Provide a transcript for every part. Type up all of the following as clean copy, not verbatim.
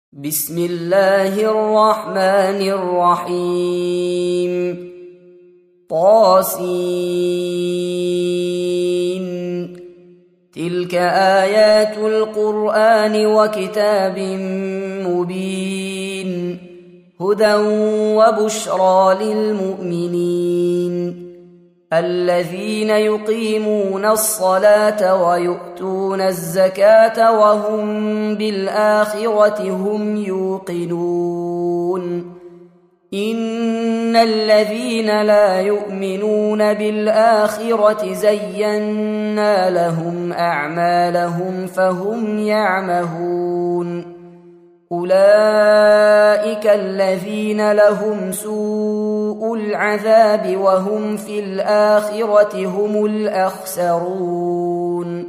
بسم الله الرحمن الرحيم. طاسين. تلك آيات القرآن وكتاب مبين، هدى وبشرى للمؤمنين الذين يقيمون الصلاة ويؤتون الزكاة وهم بالآخرة هم يوقنون. إن الذين لا يؤمنون بالآخرة زينا لهم أعمالهم فهم يعمهون. أولئك الذين لهم سوء العذاب وهم في الآخرة هم الأخسرون.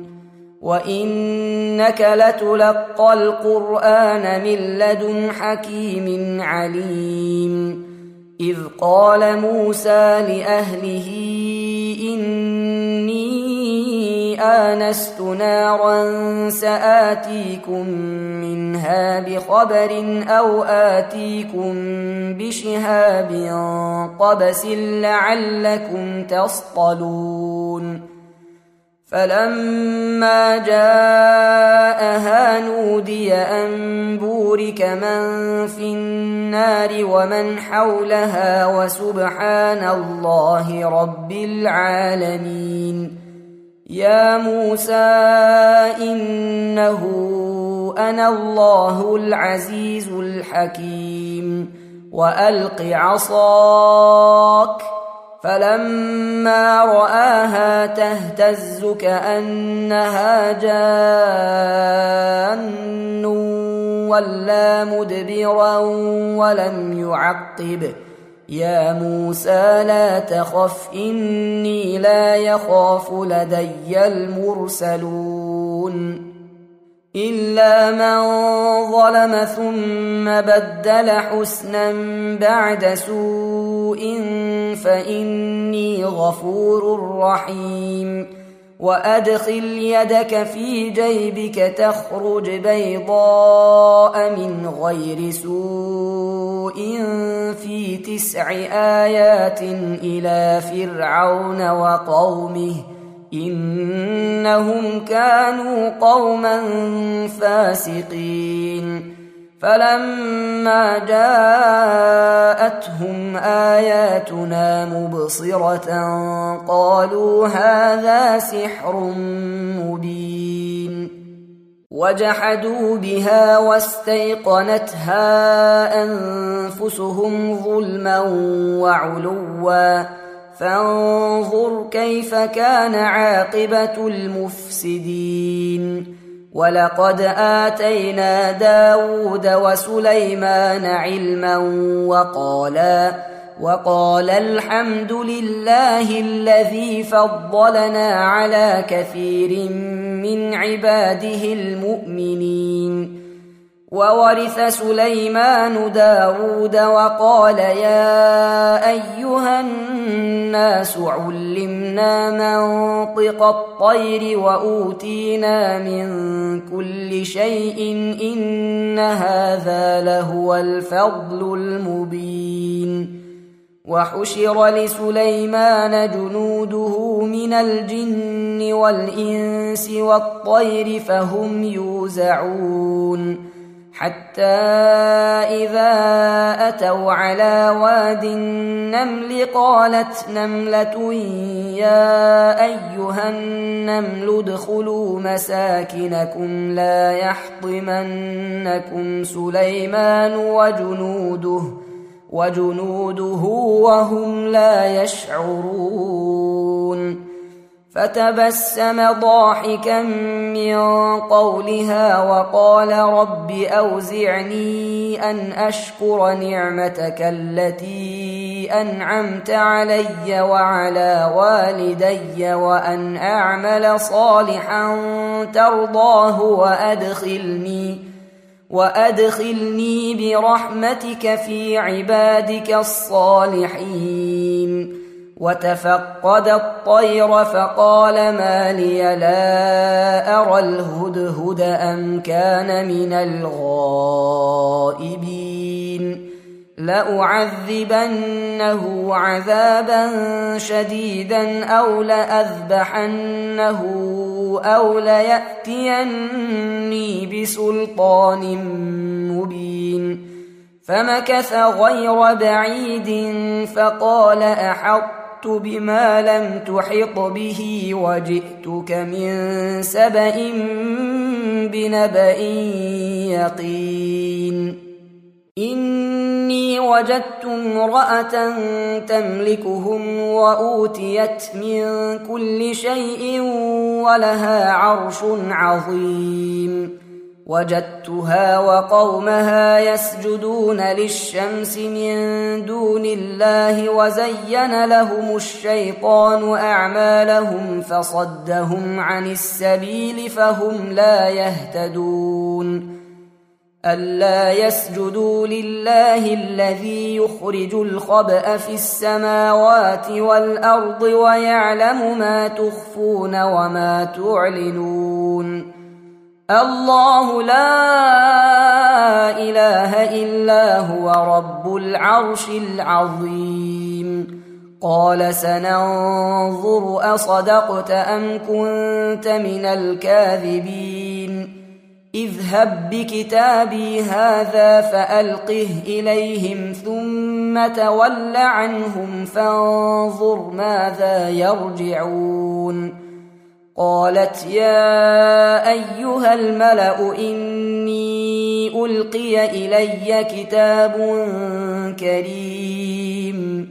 وإنك لتلقى القرآن من لدن حكيم عليم. إذ قال موسى لأهله إني آنست نارا سآتيكم منها بخبر أو آتيكم بشهاب قبس لعلكم تصطلون. فلما جاءها نودي أن بورك من في النار ومن حولها وسبحان الله رب العالمين. يا موسى إنه أنا الله العزيز الحكيم. وألق عصاك. فلما رآها تهتز كأنها جان ولا مدبرا ولم يعقب. يا موسى لا تخف إني لا يخاف لدي المرسلون. إلا من ظلم ثم بدل حسنا بعد سوء فإني غفور رحيم. وأدخل يدك في جيبك تخرج بيضاء من غير سوء في 9 آيات إلى فرعون وقومه إنهم كانوا قوما فاسقين. فلما جاءتهم آياتنا مبصرة قالوا هذا سحر مبين. وجحدوا بها واستيقنتها أنفسهم ظلما وعلوا فانظر كيف كان عاقبة المفسدين. ولقد آتينا داود وسليمان علما وقال الحمد لله الذي فضلنا على كثير من عباده المؤمنين. وورث سليمان داود وقال يا أيها الناس علمنا منطق الطير وأوتينا من كل شيء إن هذا لهو الفضل المبين. وحشر لسليمان جنوده من الجن والإنس والطير فهم يوزعون. حتى إذا أتوا على واد النمل قالت نملة يا أيها النمل ادخلوا مساكنكم لا يحطمنكم سليمان وجنوده وهم لا يشعرون. فتبسم ضاحكا من قولها وقال رب أوزعني أن أشكر نعمتك التي أنعمت علي وعلى والدي وأن أعمل صالحا ترضاه وأدخلني برحمتك في عبادك الصالحين. وتفقد الطير فقال ما لي لا أرى الهدهد أم كان من الغائبين. لأعذبنه عذابا شديدا أو لأذبحنه أو ليأتيني بسلطان مبين. فمكث غير بعيد فقال أحطت بما لم تحط به وجئتك من سبأ بنبأ يقين. إني وجدت امرأة تملكهم وأوتيت من كل شيء ولها عرش عظيم. وجدتها وقومها يسجدون للشمس من دون الله وزين لهم الشيطان أعمالهم فصدهم عن السبيل فهم لا يهتدون. ألا يسجدوا لله الذي يخرج الخبأ في السماوات والأرض ويعلم ما تخفون وما تعلنون. الله لا إله إلا هو رب العرش العظيم. قال سننظر أصدقت أم كنت من الكاذبين. اذهب بكتابي هذا فألقه إليهم ثم تول عنهم فانظر ماذا يرجعون. قالت يا أيها الملأ إني ألقي إلي كتاب كريم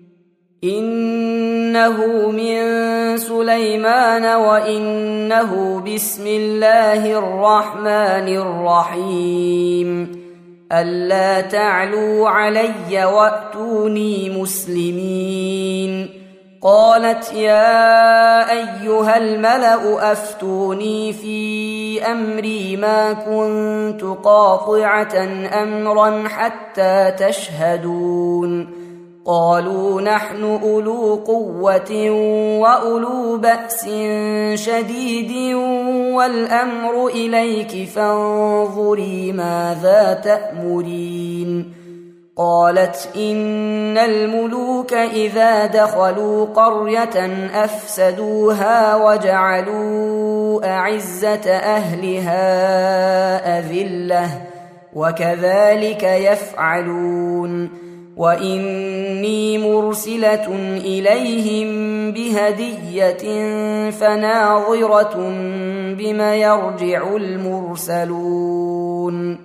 إنه من سليمان وإنه بسم الله الرحمن الرحيم. ألا تعلوا علي وأتوني مسلمين. قالت يا أيها الملأ أفتوني في أمري ما كنت قاطعة أمرا حتى تشهدون. قالوا نحن أولو قوة وأولو بأس شديد والأمر إليك فانظري ماذا تأمرين. قالت إن الملوك إذا دخلوا قرية أفسدوها وجعلوا أعزة أهلها أذلة وكذلك يفعلون. وإني مرسلة إليهم بهدية فناظرة بما يرجع المرسلون.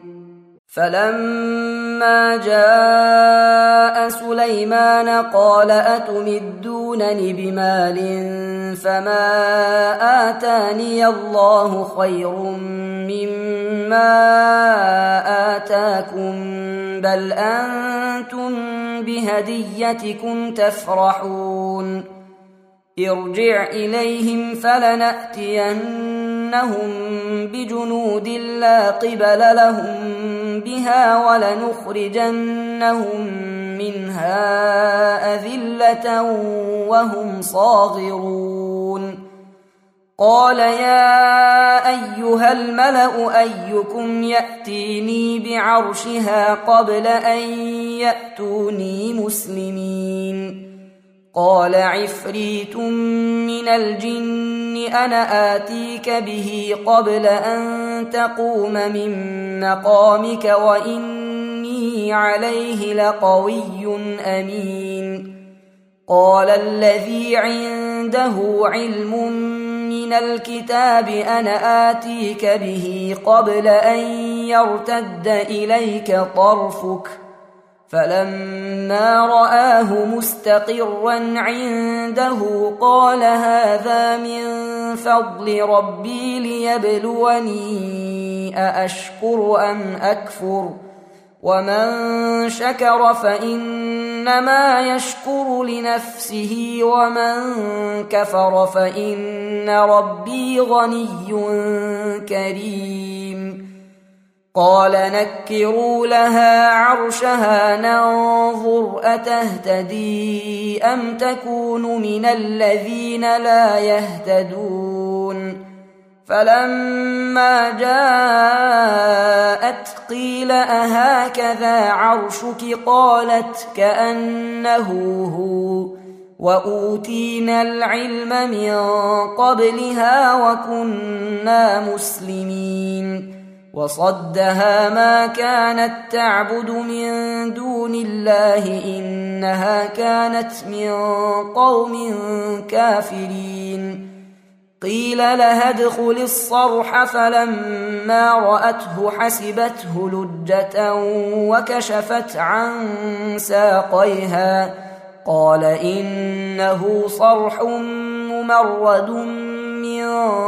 فلما جاء سليمان قال أتمدونني بمال فما آتاني الله خير مما آتاكم بل أنتم بهديتكم تفرحون. ارجع إليهم فلنأتينهم بجنود لا قبل لهم بها ولنخرجنهم منها أذلة وهم صاغرون. قال يا أيها الملأ أيكم يأتيني بعرشها قبل أن يأتوني مسلمين. قال عفريت من الجن أنا آتيك به قبل أن تقوم من مقامك وإني عليه لقوي أمين. قال الذي عنده علم من الكتاب أنا آتيك به قبل أن يرتد إليك طرفك فلما رآه مستقرا عنده قال هذا من فضل ربي ليبلوني أأشكر أم أكفر ومن شكر فإنما يشكر لنفسه ومن كفر فإن ربي غني كريم. قال نكروا لها عرشها ننظر أتهتدي أم تكون من الذين لا يهتدون. فلما جاءت قيل أهكذا عرشك قالت كأنه هو وأوتينا العلم من قبلها وكنا مسلمين وصدها ما كانت تعبد من دون الله إنها كانت من قوم كافرين قيل لها ادخل الصرح فلما رأته حسبته لجة وكشفت عن ساقيها قال إنه صرح ممرد من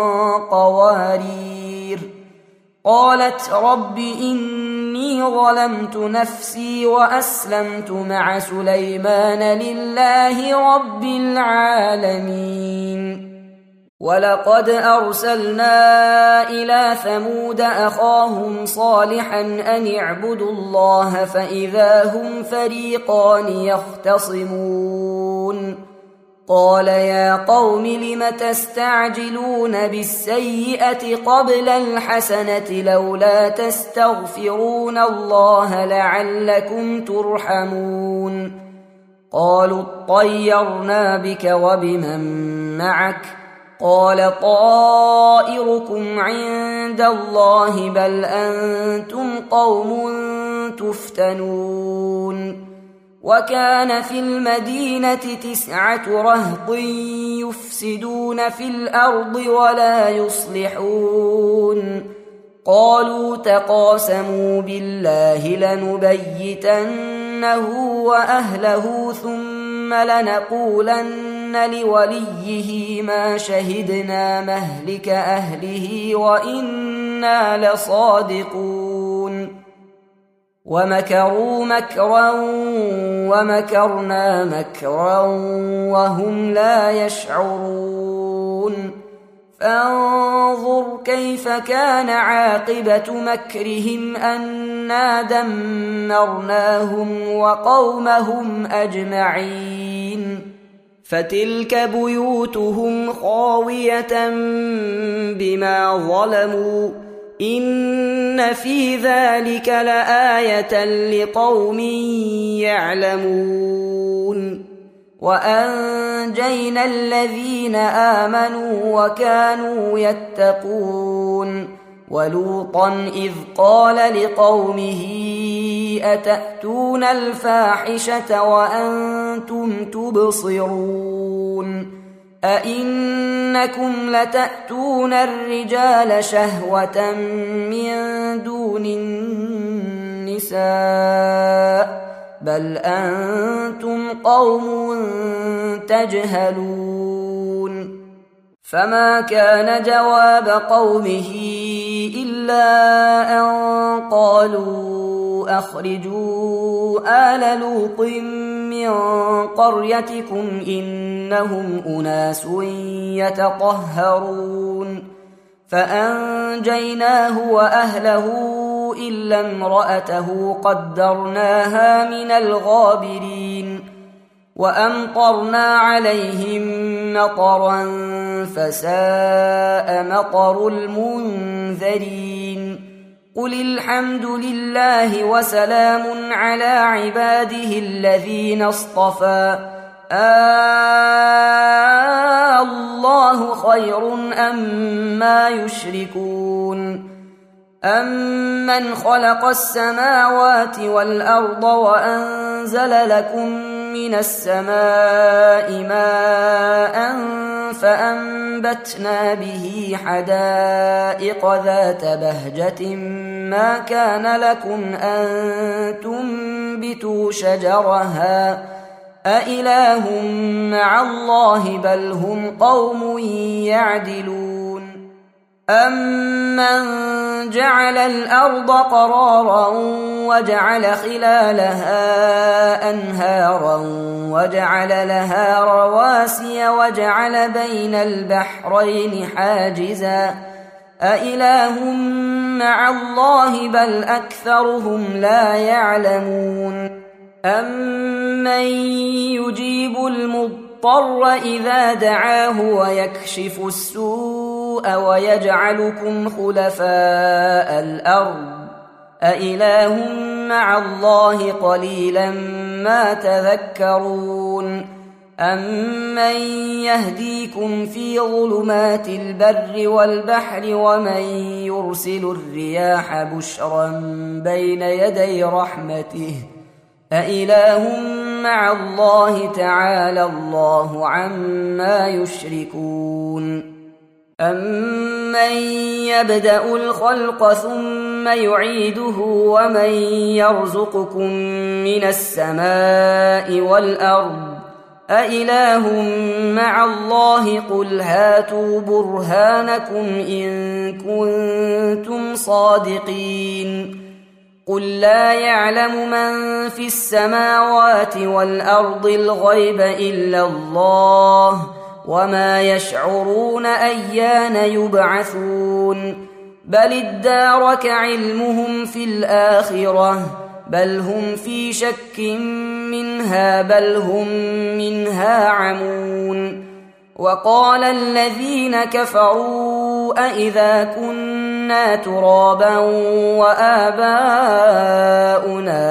قوارير قالت رب إني ظلمت نفسي وأسلمت مع سليمان لله رب العالمين ولقد أرسلنا إلى ثمود أخاهم صالحا أن اعبدوا الله فإذا هم فريقان يختصمون قال يا قوم لم تستعجلون بالسيئة قبل الحسنة لولا تستغفرون الله لعلكم ترحمون قالوا اطيرنا بك وبمن معك قال طائركم عند الله بل أنتم قوم تفتنون وكان في المدينة 9 رهط يفسدون في الأرض ولا يصلحون قالوا تقاسموا بالله لنبيتنه وأهله ثم لنقولن لوليه ما شهدنا مهلك أهله وإنا لصادقون ومكروا مكرا ومكرنا مكرا وهم لا يشعرون فانظر كيف كان عاقبة مكرهم أنا دمرناهم وقومهم أجمعين فتلك بيوتهم خاوية بما ظلموا إن في ذلك لآية لقوم يعلمون وأنجينا الذين آمنوا وكانوا يتقون ولوطا إذ قال لقومه أتأتون الفاحشة وأنتم تبصرون أئنكم لتأتون الرجال شهوة من دون النساء بل أنتم قوم تجهلون فما كان جواب قومه إلا أن قالوا أخرجوا آل لوط من قريتكم إنهم أناس يتطهرون فأنجيناه وأهله إلا امرأته قدرناها من الغابرين وأمطرنا عليهم مطرا فساء مطر المنذرين قل الحمد لله وسلام على عباده الذين اصطفى الله خير أما يشركون أمن خلق السماوات والأرض وأنزل لكم من السماء ماء فأنبتنا به حدائق ذات بهجة ما كان لكم أن تنبتوا شجرها أإله مع الله بل هم قوم يعدلون أمن جعل الأرض قرارا وجعل خلالها أنهارا وجعل لها رواسي وجعل بين البحرين حاجزا أإله مع الله بل أكثرهم لا يعلمون أمن يجيب المضطر المضطر إذا دعاه ويكشف السوء ويجعلكم خلفاء الأرض أإله مع الله قليلا ما تذكرون أمن يهديكم في ظلمات البر والبحر ومن يرسل الرياح بشرا بين يدي رحمته أإله مع الله تعالى الله عما يشركون أمن يبدأ الخلق ثم يعيده ومن يرزقكم من السماء والأرض أإله مع الله قل هاتوا برهانكم إن كنتم صادقين قل لا يعلم من في السماوات والأرض الغيب إلا الله وما يشعرون أيان يبعثون بل ادارك علمهم في الآخرة بل هم في شك منها بل هم منها عمون وقال الذين كفروا أإذا كنا ترابا وآباؤنا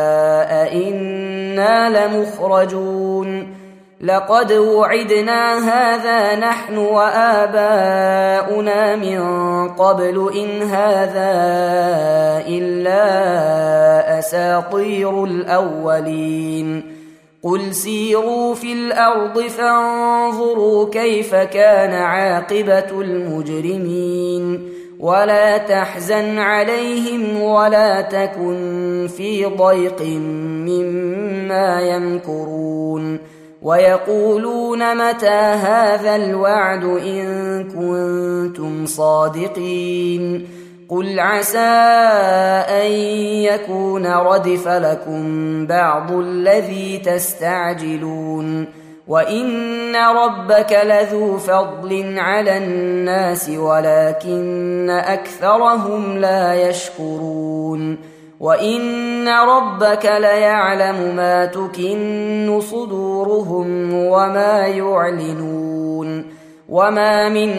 أئنا لمخرجون لقد وعدنا هذا نحن وآباؤنا من قبل إن هذا إلا أساطير الأولين قل سيروا في الأرض فانظروا كيف كان عاقبة المجرمين ولا تحزن عليهم ولا تكن في ضيق مما يمكرون ويقولون متى هذا الوعد إن كنتم صادقين قل عسى أن يكون ردف لكم بعض الذي تستعجلون وإن ربك لذو فضل على الناس ولكن أكثرهم لا يشكرون وإن ربك ليعلم ما تكن صدورهم وما يعلنون وما من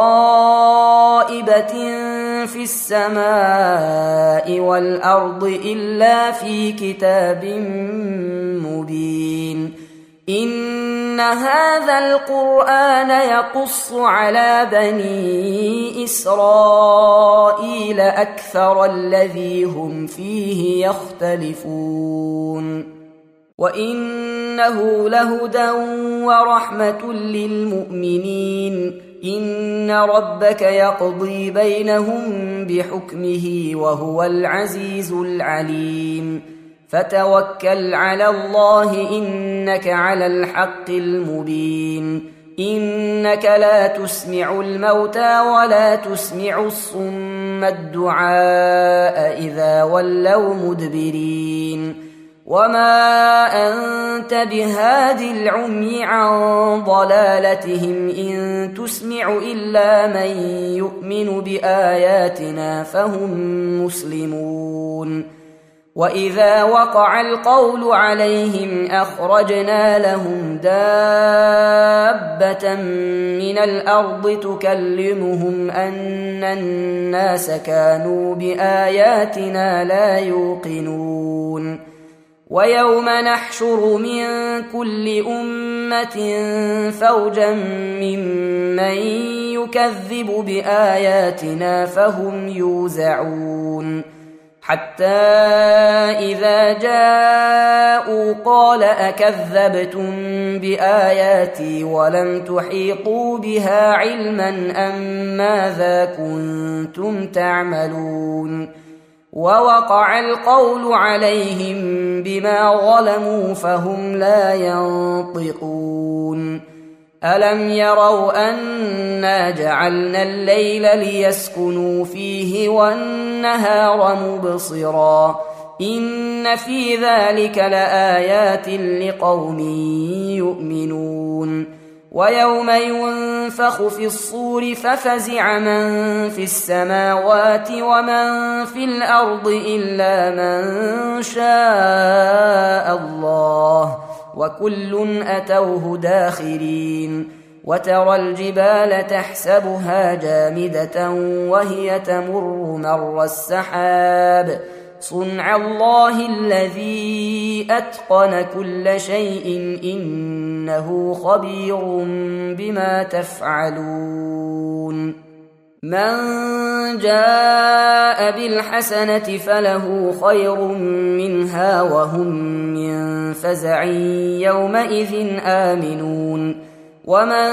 غائبة في السماء والأرض إلا في كتاب مبين إن هذا القرآن يقص على بني إسرائيل أكثر الذي هم فيه يختلفون وإنه لهدى ورحمة للمؤمنين إن ربك يقضي بينهم بحكمه وهو العزيز العليم فتوكل على الله إنك على الحق المبين إنك لا تسمع الموتى ولا تسمع الصم الدعاء إذا ولوا مدبرين وما أنت بهاد العمي عن ضلالتهم إن تسمع إلا من يؤمن بآياتنا فهم مسلمون وإذا وقع القول عليهم أخرجنا لهم دابة من الأرض تكلمهم أن الناس كانوا بآياتنا لا يوقنون ويوم نحشر من كل أمة فوجا ممن يكذب بآياتنا فهم يوزعون حتى إذا جاءوا قال أكذبتم بآياتي ولم تحيطوا بها علما أم ماذا كنتم تعملون ووقع القول عليهم بما ظلموا فهم لا ينطقون ألم يروا أنا جعلنا الليل ليسكنوا فيه والنهار مبصرا إن في ذلك لآيات لقوم يؤمنون ويوم ينفخ في الصور ففزع من في السماوات ومن في الأرض إلا من شاء الله وكل أتوه داخرين وترى الجبال تحسبها جامدة وهي تمر مر السحاب صنع الله الذي أتقن كل شيء إنه خبير بما تفعلون من جاء بالحسنة فله خير منها وهم من فزع يومئذ آمنون ومن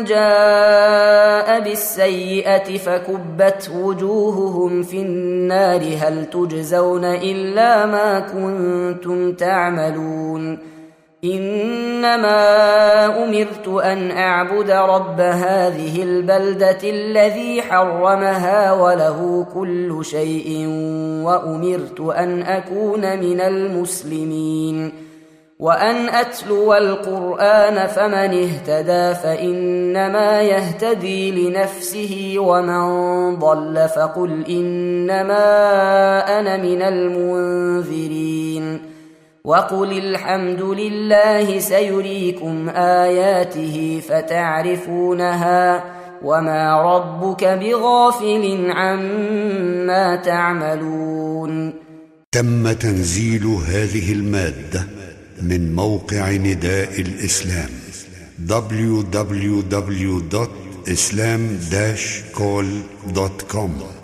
جاء بالسيئة فكبت وجوههم في النار هل تجزون إلا ما كنتم تعملون إنما أمرت أن أعبد رب هذه البلدة الذي حرمها وله كل شيء وأمرت أن أكون من المسلمين وأن أتلو القرآن فمن اهتدى فإنما يهتدي لنفسه ومن ضل فقل إنما أنا من المنذرين وقل الحمد لله سيريكم آياته فتعرفونها وما ربك بغافل عما تعملون. تم تنزيل هذه المادة من موقع نداء الإسلام www.islam-call.com